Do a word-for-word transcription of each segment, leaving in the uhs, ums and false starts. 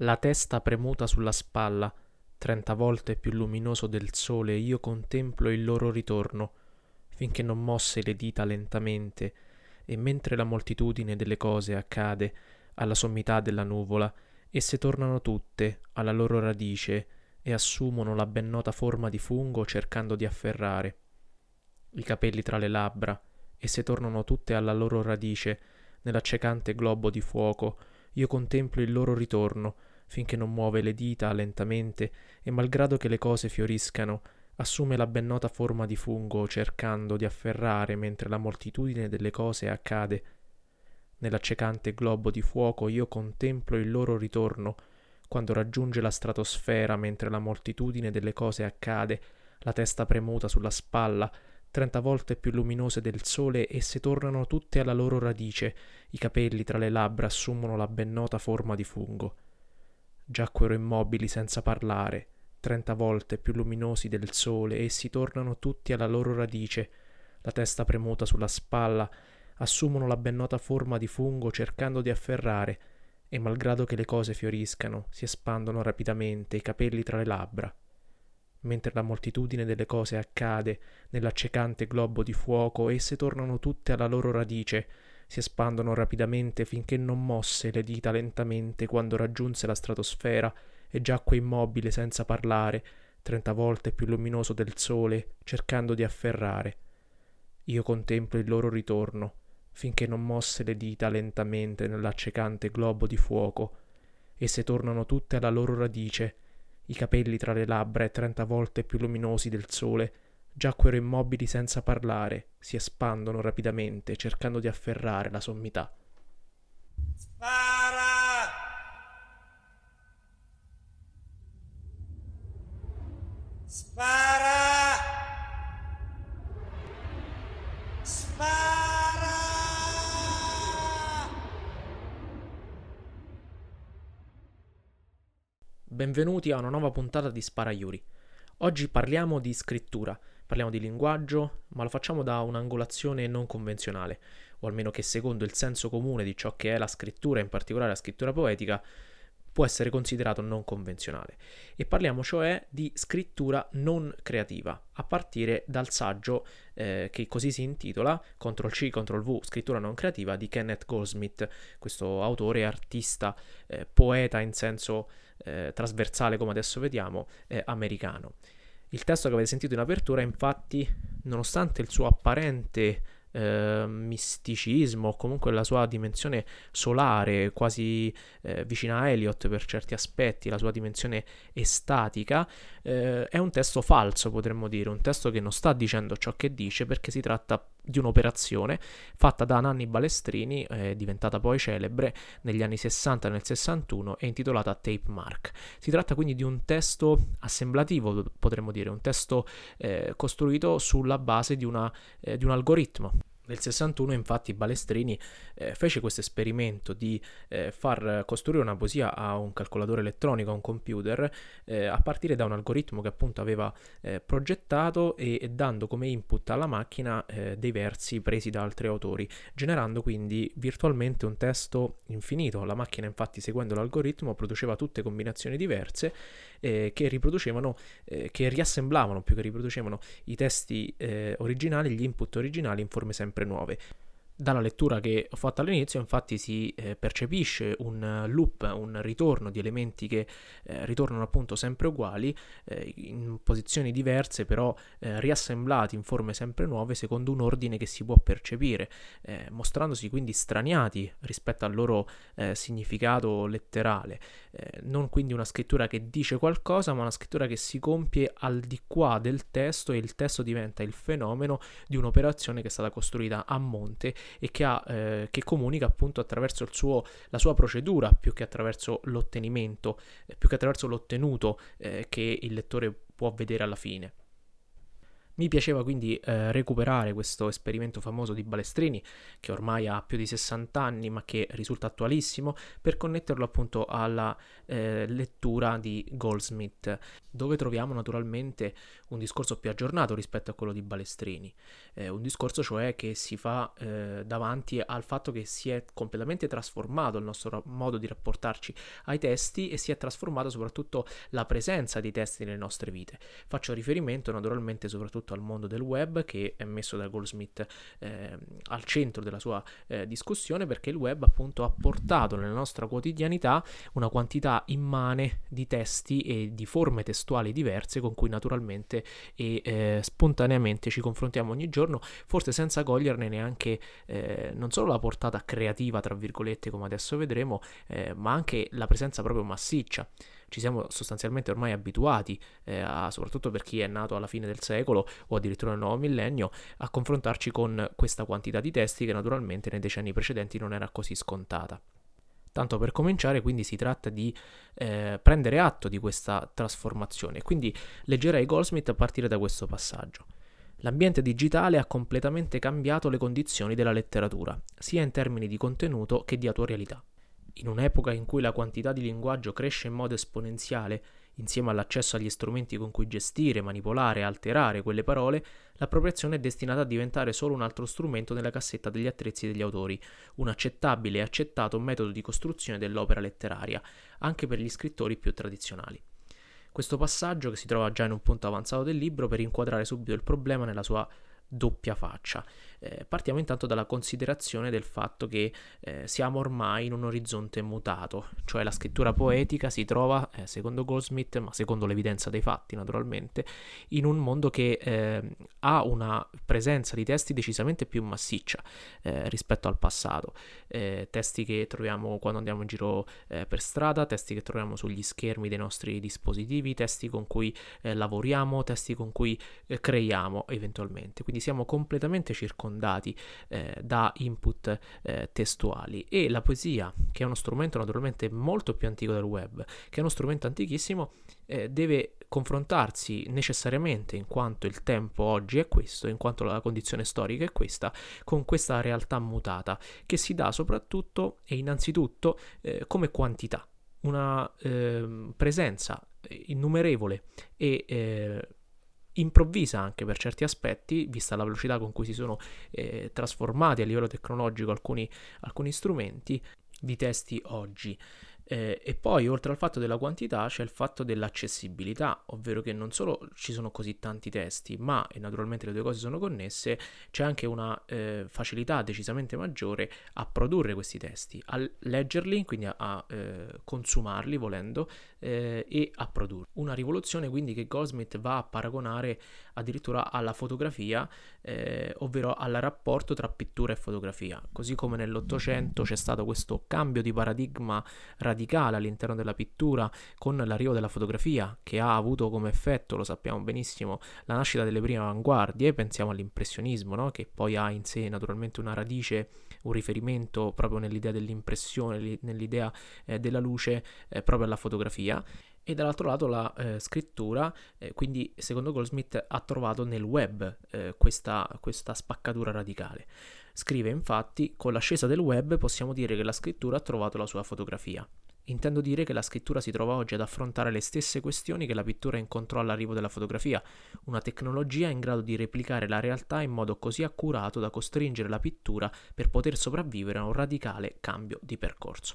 La testa premuta sulla spalla, trenta volte più luminoso del sole, io contemplo il loro ritorno, finché non mosse le dita lentamente, e mentre la moltitudine delle cose accade alla sommità della nuvola, esse tornano tutte alla loro radice e assumono la ben nota forma di fungo cercando di afferrare. I capelli tra le labbra, esse tornano tutte alla loro radice, nell'accecante globo di fuoco, io contemplo il loro ritorno, finché non muove le dita lentamente e malgrado che le cose fioriscano, assume la ben nota forma di fungo cercando di afferrare mentre la moltitudine delle cose accade. Nell'accecante globo di fuoco io contemplo il loro ritorno, quando raggiunge la stratosfera mentre la moltitudine delle cose accade, la testa premuta sulla spalla, trenta volte più luminose del sole, esse tornano tutte alla loro radice, i capelli tra le labbra assumono la ben nota forma di fungo. Giacquero immobili senza parlare, trenta volte più luminosi del sole, essi tornano tutti alla loro radice, la testa premuta sulla spalla, assumono la ben nota forma di fungo cercando di afferrare, e malgrado che le cose fioriscano, si espandono rapidamente, i capelli tra le labbra. Mentre la moltitudine delle cose accade nell'accecante globo di fuoco, esse tornano tutte alla loro radice, si espandono rapidamente finché non mosse le dita lentamente quando raggiunse la stratosfera e giacque immobile senza parlare, trenta volte più luminoso del sole, cercando di afferrare. Io contemplo il loro ritorno, finché non mosse le dita lentamente nell'accecante globo di fuoco. Esse tornano tutte alla loro radice, i capelli tra le labbra e trenta volte più luminosi del sole, giacquero immobili senza parlare, si espandono rapidamente, cercando di afferrare la sommità. Spara! Spara! Spara! Benvenuti a una nuova puntata di Spara Yuri. Oggi parliamo di scrittura, parliamo di linguaggio, ma lo facciamo da un'angolazione non convenzionale, o almeno che secondo il senso comune di ciò che è la scrittura, in particolare la scrittura poetica, può essere considerato non convenzionale. E parliamo cioè di scrittura non creativa, a partire dal saggio eh, che così si intitola control C, control V, scrittura non creativa di Kenneth Goldsmith, questo autore, artista, eh, poeta in senso eh, trasversale, come adesso vediamo, eh, americano. Il testo che avete sentito in apertura, infatti, nonostante il suo apparente eh, misticismo, o comunque la sua dimensione solare, quasi eh, vicina a Eliot per certi aspetti, la sua dimensione estatica, eh, è un testo falso, potremmo dire, un testo che non sta dicendo ciò che dice, perché si tratta di un'operazione fatta da Nanni Balestrini, eh, diventata poi celebre negli anni sessanta e nel sessantuno, e intitolata Tape Mark. Si tratta quindi di un testo assemblativo, potremmo dire, un testo eh, costruito sulla base di, una, eh, di un algoritmo. Nel sessantuno infatti Balestrini eh, fece questo esperimento di eh, far costruire una poesia a un calcolatore elettronico, a un computer, eh, a partire da un algoritmo che appunto aveva eh, progettato e, e dando come input alla macchina eh, dei versi presi da altri autori, generando quindi virtualmente un testo infinito. La macchina infatti, seguendo l'algoritmo, produceva tutte combinazioni diverse eh, che riproducevano, eh, che riassemblavano più che riproducevano i testi eh, originali, gli input originali in forme sempre nuove. Dalla lettura che ho fatto all'inizio infatti si eh, percepisce un loop, un ritorno di elementi che eh, ritornano appunto sempre uguali, eh, in posizioni diverse, però eh, riassemblati in forme sempre nuove secondo un ordine che si può percepire, eh, mostrandosi quindi straniati rispetto al loro eh, significato letterale. Eh, non quindi una scrittura che dice qualcosa, ma una scrittura che si compie al di qua del testo, e il testo diventa il fenomeno di un'operazione che è stata costruita a monte e che, ha, eh, che comunica appunto attraverso il suo, la sua procedura, più che attraverso l'ottenimento, eh, più che attraverso l'ottenuto eh, che il lettore può vedere alla fine. Mi piaceva quindi eh, recuperare questo esperimento famoso di Balestrini, che ormai ha più di sessanta anni ma che risulta attualissimo, per connetterlo appunto alla eh, lettura di Goldsmith, dove troviamo naturalmente un discorso più aggiornato rispetto a quello di Balestrini, eh, un discorso cioè che si fa eh, davanti al fatto che si è completamente trasformato il nostro modo di rapportarci ai testi e si è trasformato soprattutto la presenza dei testi nelle nostre vite. Faccio riferimento naturalmente soprattutto al mondo del web, che è messo da Goldsmith eh, al centro della sua eh, discussione, perché il web appunto ha portato nella nostra quotidianità una quantità immane di testi e di forme testuali diverse con cui naturalmente e eh, spontaneamente ci confrontiamo ogni giorno, forse senza coglierne neanche eh, non solo la portata creativa tra virgolette, come adesso vedremo, eh, ma anche la presenza proprio massiccia. Ci siamo sostanzialmente ormai abituati, eh, a, soprattutto per chi è nato alla fine del secolo o addirittura nel nuovo millennio, a confrontarci con questa quantità di testi che naturalmente nei decenni precedenti non era così scontata. Tanto per cominciare, quindi si tratta di eh, prendere atto di questa trasformazione, quindi leggerei Goldsmith a partire da questo passaggio. L'ambiente digitale ha completamente cambiato le condizioni della letteratura, sia in termini di contenuto che di attualità. In un'epoca in cui la quantità di linguaggio cresce in modo esponenziale, insieme all'accesso agli strumenti con cui gestire, manipolare e alterare quelle parole, l'appropriazione è destinata a diventare solo un altro strumento nella cassetta degli attrezzi degli autori, un accettabile e accettato metodo di costruzione dell'opera letteraria, anche per gli scrittori più tradizionali. Questo passaggio, che si trova già in un punto avanzato del libro, per inquadrare subito il problema nella sua doppia faccia. Eh, partiamo intanto dalla considerazione del fatto che eh, siamo ormai in un orizzonte mutato, cioè la scrittura poetica si trova, eh, secondo Goldsmith, ma secondo l'evidenza dei fatti naturalmente, in un mondo che eh, ha una presenza di testi decisamente più massiccia eh, rispetto al passato. Eh, testi che troviamo quando andiamo in giro eh, per strada, testi che troviamo sugli schermi dei nostri dispositivi, testi con cui eh, lavoriamo, testi con cui eh, creiamo eventualmente. Quindi siamo completamente circondati eh, da input eh, testuali, e la poesia, che è uno strumento naturalmente molto più antico del web, che è uno strumento antichissimo, eh, deve confrontarsi necessariamente, in quanto il tempo oggi è questo, in quanto la condizione storica è questa, con questa realtà mutata che si dà soprattutto e innanzitutto eh, come quantità, una eh, presenza innumerevole e eh, improvvisa anche per certi aspetti, vista la velocità con cui si sono eh, trasformati a livello tecnologico alcuni, alcuni strumenti di testi oggi. Eh, e poi, oltre al fatto della quantità, c'è il fatto dell'accessibilità, ovvero che non solo ci sono così tanti testi, ma, e naturalmente le due cose sono connesse, c'è anche una eh, facilità decisamente maggiore a produrre questi testi, a leggerli, quindi a, a eh, consumarli volendo, eh, e a produrre. Una rivoluzione quindi che Goldsmith va a paragonare addirittura alla fotografia, eh, ovvero al rapporto tra pittura e fotografia. Così come nell'Ottocento c'è stato questo cambio di paradigma radicale all'interno della pittura con l'arrivo della fotografia, che ha avuto come effetto, lo sappiamo benissimo, la nascita delle prime avanguardie. Pensiamo all'impressionismo, no? Che poi ha in sé naturalmente una radice, un riferimento proprio nell'idea dell'impressione, nell'idea eh, della luce, eh, proprio alla fotografia. E dall'altro lato la eh, scrittura, eh, quindi secondo Goldsmith ha trovato nel web eh, questa, questa spaccatura radicale. Scrive infatti: con l'ascesa del web possiamo dire che la scrittura ha trovato la sua fotografia. Intendo dire che la scrittura si trova oggi ad affrontare le stesse questioni che la pittura incontrò all'arrivo della fotografia, una tecnologia in grado di replicare la realtà in modo così accurato da costringere la pittura per poter sopravvivere a un radicale cambio di percorso.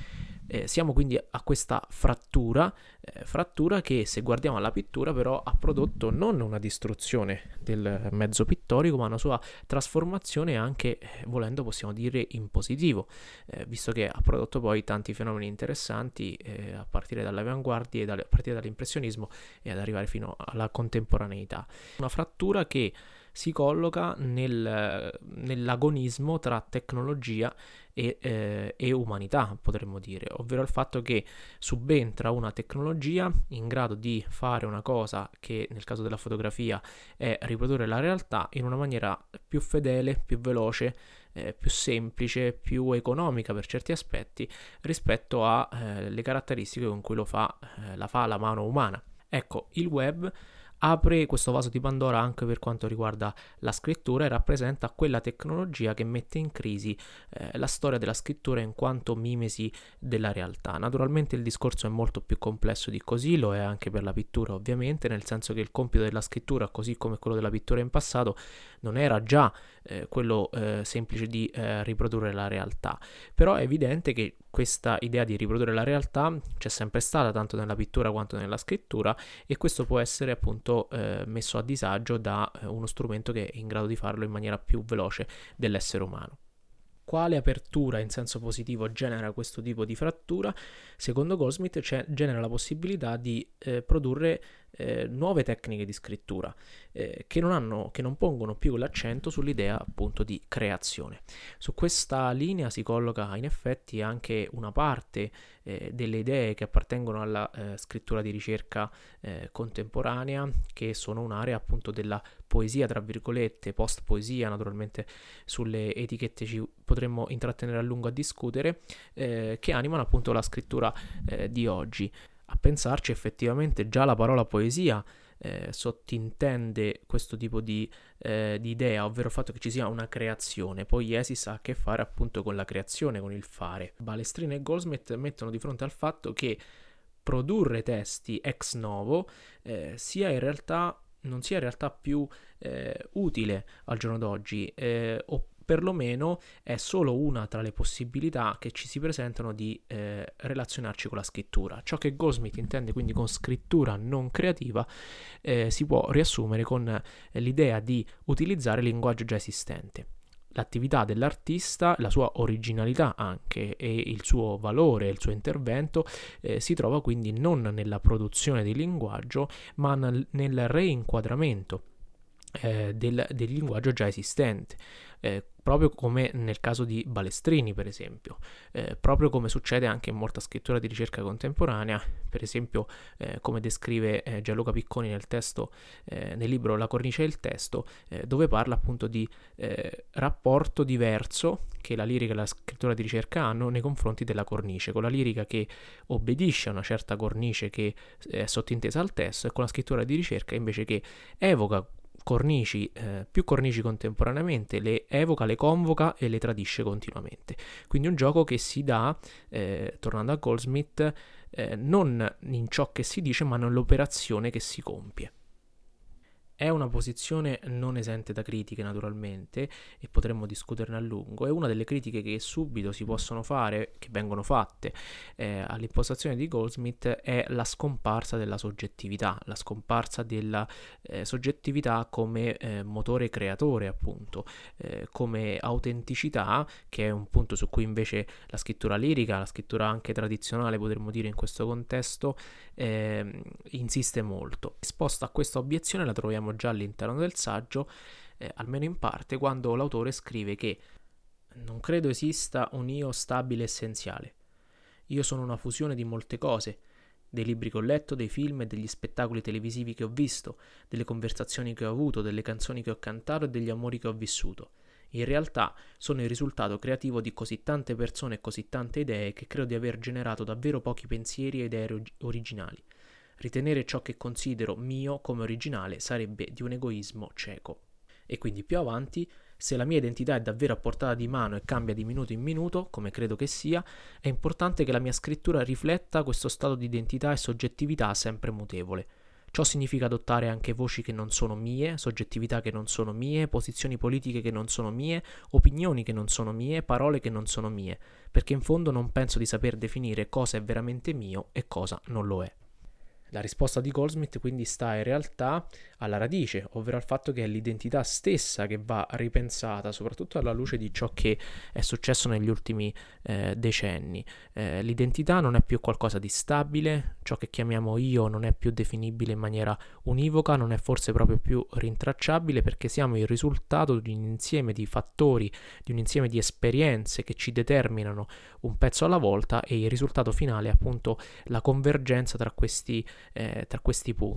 Eh, siamo quindi a questa frattura, eh, frattura che, se guardiamo alla pittura, però ha prodotto non una distruzione del mezzo pittorico, ma una sua trasformazione anche, eh, volendo possiamo dire, in positivo, eh, visto che ha prodotto poi tanti fenomeni interessanti, eh, a partire dalle avanguardie, dalle, a partire dall'impressionismo e ad arrivare fino alla contemporaneità. Una frattura che si colloca nel, nell'agonismo tra tecnologia e, eh, e umanità, potremmo dire, ovvero il fatto che subentra una tecnologia in grado di fare una cosa che nel caso della fotografia è riprodurre la realtà in una maniera più fedele, più veloce, eh, più semplice, più economica per certi aspetti rispetto alle eh, caratteristiche con cui lo fa, eh, la fa la mano umana. Ecco, il web apre questo vaso di Pandora anche per quanto riguarda la scrittura e rappresenta quella tecnologia che mette in crisi eh, la storia della scrittura in quanto mimesi della realtà. Naturalmente il discorso è molto più complesso di così, lo è anche per la pittura ovviamente, nel senso che il compito della scrittura, così come quello della pittura in passato, non era già eh, quello eh, semplice di eh, riprodurre la realtà, però è evidente che questa idea di riprodurre la realtà c'è sempre stata tanto nella pittura quanto nella scrittura, e questo può essere appunto eh, messo a disagio da eh, uno strumento che è in grado di farlo in maniera più veloce dell'essere umano. Quale apertura in senso positivo genera questo tipo di frattura? Secondo Goldsmith genera la possibilità di eh, produrre eh, nuove tecniche di scrittura eh, che non hanno, che non pongono più l'accento sull'idea appunto di creazione. Su questa linea si colloca in effetti anche una parte eh, delle idee che appartengono alla eh, scrittura di ricerca eh, contemporanea, che sono un'area appunto della poesia, tra virgolette, post poesia. Naturalmente sulle etichette ci potremmo intrattenere a lungo a discutere, eh, che animano appunto la scrittura eh, di oggi. A pensarci, effettivamente già la parola poesia eh, sottintende questo tipo di, eh, di idea, ovvero il fatto che ci sia una creazione. Poiesis ha a che fare appunto con la creazione, con il fare. Balestrini e Goldsmith mettono di fronte al fatto che produrre testi ex novo eh, sia in realtà non sia in realtà più eh, utile al giorno d'oggi, eh, o perlomeno è solo una tra le possibilità che ci si presentano di eh, relazionarci con la scrittura. Ciò che Goldsmith intende quindi con scrittura non creativa eh, si può riassumere con eh, l'idea di utilizzare il linguaggio già esistente. L'attività dell'artista, la sua originalità anche e il suo valore, il suo intervento eh, si trova quindi non nella produzione di linguaggio, ma nel, nel reinquadramento eh, del, del linguaggio già esistente. Eh, proprio come nel caso di Balestrini, per esempio, eh, proprio come succede anche in molta scrittura di ricerca contemporanea, per esempio eh, come descrive eh, Gianluca Picconi nel testo, eh, nel libro La cornice e il testo, eh, dove parla appunto di eh, rapporto diverso che la lirica e la scrittura di ricerca hanno nei confronti della cornice, con la lirica che obbedisce a una certa cornice che è sottintesa al testo, e con la scrittura di ricerca invece che evoca cornici, eh, più cornici contemporaneamente, le evoca, le convoca e le tradisce continuamente. Quindi un gioco che si dà, eh, tornando a Goldsmith, eh, non in ciò che si dice, ma nell'operazione che si compie. È una posizione non esente da critiche, naturalmente, e potremmo discuterne a lungo. È una delle critiche che subito si possono fare, che vengono fatte eh, all'impostazione di Goldsmith, è la scomparsa della soggettività, la scomparsa della eh, soggettività come eh, motore creatore, appunto, eh, come autenticità, che è un punto su cui invece la scrittura lirica, la scrittura anche tradizionale, potremmo dire in questo contesto, eh, insiste molto. Risposta a questa obiezione la troviamo già all'interno del saggio, eh, almeno in parte, quando l'autore scrive che non credo esista un io stabile essenziale. Io sono una fusione di molte cose, dei libri che ho letto, dei film e degli spettacoli televisivi che ho visto, delle conversazioni che ho avuto, delle canzoni che ho cantato e degli amori che ho vissuto. In realtà sono il risultato creativo di così tante persone e così tante idee che credo di aver generato davvero pochi pensieri e idee originali. Ritenere ciò che considero mio come originale sarebbe di un egoismo cieco. E quindi più avanti, se la mia identità è davvero a portata di mano e cambia di minuto in minuto, come credo che sia, è importante che la mia scrittura rifletta questo stato di identità e soggettività sempre mutevole. Ciò significa adottare anche voci che non sono mie, soggettività che non sono mie, posizioni politiche che non sono mie, opinioni che non sono mie, parole che non sono mie, perché in fondo non penso di saper definire cosa è veramente mio e cosa non lo è. La risposta di Goldsmith quindi sta in realtà alla radice, ovvero al fatto che è l'identità stessa che va ripensata, soprattutto alla luce di ciò che è successo negli ultimi eh, decenni. Eh, l'identità non è più qualcosa di stabile, ciò che chiamiamo io non è più definibile in maniera univoca, non è forse proprio più rintracciabile, perché siamo il risultato di un insieme di fattori, di un insieme di esperienze che ci determinano un pezzo alla volta, e il risultato finale è appunto la convergenza tra questi Eh, tra questi punti.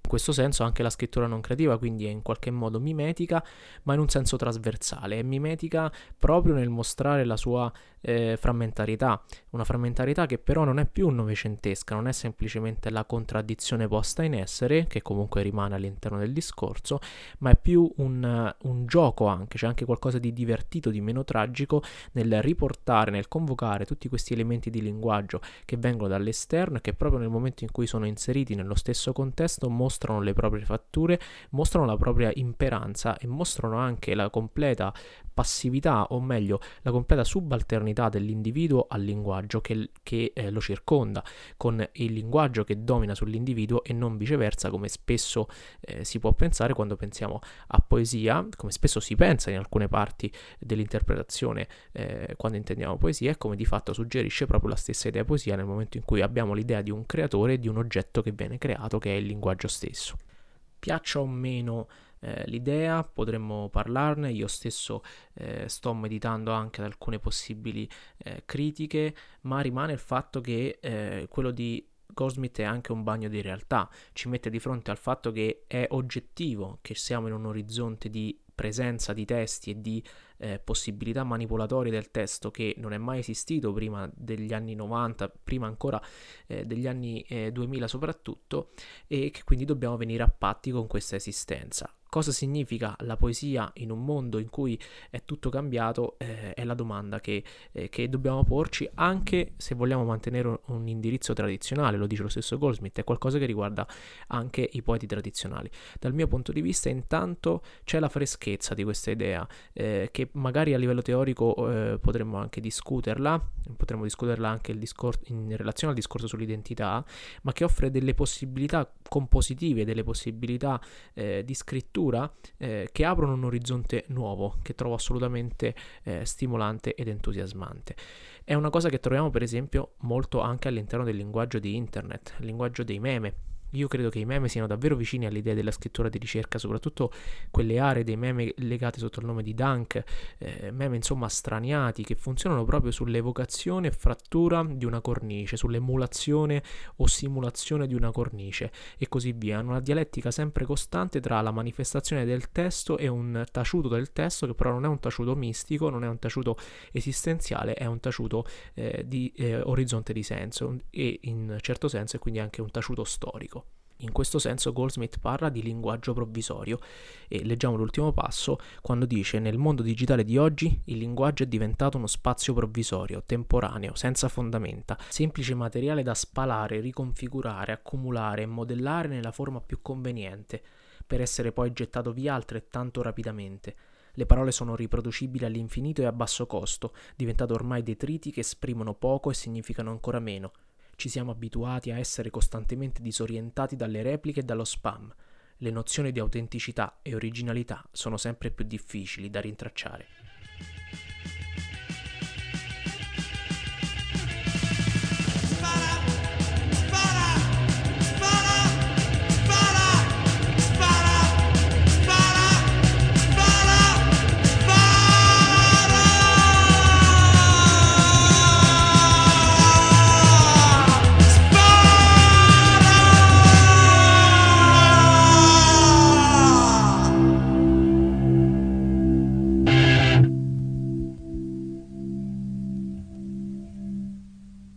In questo senso anche la scrittura non creativa quindi è in qualche modo mimetica, ma in un senso trasversale, è mimetica proprio nel mostrare la sua eh, frammentarietà, una frammentarietà che però non è più novecentesca, non è semplicemente la contraddizione posta in essere, che comunque rimane all'interno del discorso, ma è più un, un gioco anche, c'è anche qualcosa di divertito, di meno tragico nel riportare, nel convocare tutti questi elementi di linguaggio che vengono dall'esterno e che proprio nel momento in cui sono inseriti nello stesso contesto mostrano mostrano le proprie fatture, mostrano la propria imperanza e mostrano anche la completa passività, o meglio la completa subalternità dell'individuo al linguaggio che, che eh, lo circonda, con il linguaggio che domina sull'individuo e non viceversa, come spesso eh, si può pensare quando pensiamo a poesia, come spesso si pensa in alcune parti dell'interpretazione eh, quando intendiamo poesia, e come di fatto suggerisce proprio la stessa idea poesia nel momento in cui abbiamo l'idea di un creatore e di un oggetto che viene creato, che è il linguaggio stesso. Piaccia o meno eh, l'idea, potremmo parlarne, io stesso eh, sto meditando anche ad alcune possibili eh, critiche, ma rimane il fatto che eh, quello di Goldsmith è anche un bagno di realtà, ci mette di fronte al fatto che è oggettivo che siamo in un orizzonte di presenza di testi e di eh, possibilità manipolatorie del testo che non è mai esistito prima degli anni novanta, prima ancora eh, degli anni eh, duemila soprattutto, e che quindi dobbiamo venire a patti con questa esistenza. Cosa significa la poesia in un mondo in cui è tutto cambiato? Eh, è la domanda che, eh, che dobbiamo porci, anche se vogliamo mantenere un, un indirizzo tradizionale, lo dice lo stesso Goldsmith, è qualcosa che riguarda anche i poeti tradizionali. Dal mio punto di vista, intanto, c'è la freschezza di questa idea, eh, che magari a livello teorico eh, potremmo anche discuterla, potremmo discuterla anche il discor- in relazione al discorso sull'identità, ma che offre delle possibilità compositive, delle possibilità eh, di scrittura Eh, che aprono un orizzonte nuovo, che trovo assolutamente eh, stimolante ed entusiasmante. È una cosa che troviamo per esempio molto anche all'interno del linguaggio di internet, il linguaggio dei meme. Io credo che i meme siano davvero vicini all'idea della scrittura di ricerca, soprattutto quelle aree dei meme legate sotto il nome di Dunk, eh, meme insomma straniati, che funzionano proprio sull'evocazione e frattura di una cornice, sull'emulazione o simulazione di una cornice e così via. Hanno una dialettica sempre costante tra la manifestazione del testo e un taciuto del testo, che però non è un taciuto mistico, non è un taciuto esistenziale, è un taciuto eh, di eh, orizzonte di senso e in certo senso è quindi anche un taciuto storico. In questo senso Goldsmith parla di linguaggio provvisorio e leggiamo l'ultimo passo quando dice: nel mondo digitale di oggi il linguaggio è diventato uno spazio provvisorio, temporaneo, senza fondamenta, semplice materiale da spalare, riconfigurare, accumulare e modellare nella forma più conveniente, per essere poi gettato via altrettanto rapidamente. Le parole sono riproducibili all'infinito e a basso costo, diventate ormai detriti che esprimono poco e significano ancora meno. Ci siamo abituati a essere costantemente disorientati dalle repliche e dallo spam. Le nozioni di autenticità e originalità sono sempre più difficili da rintracciare.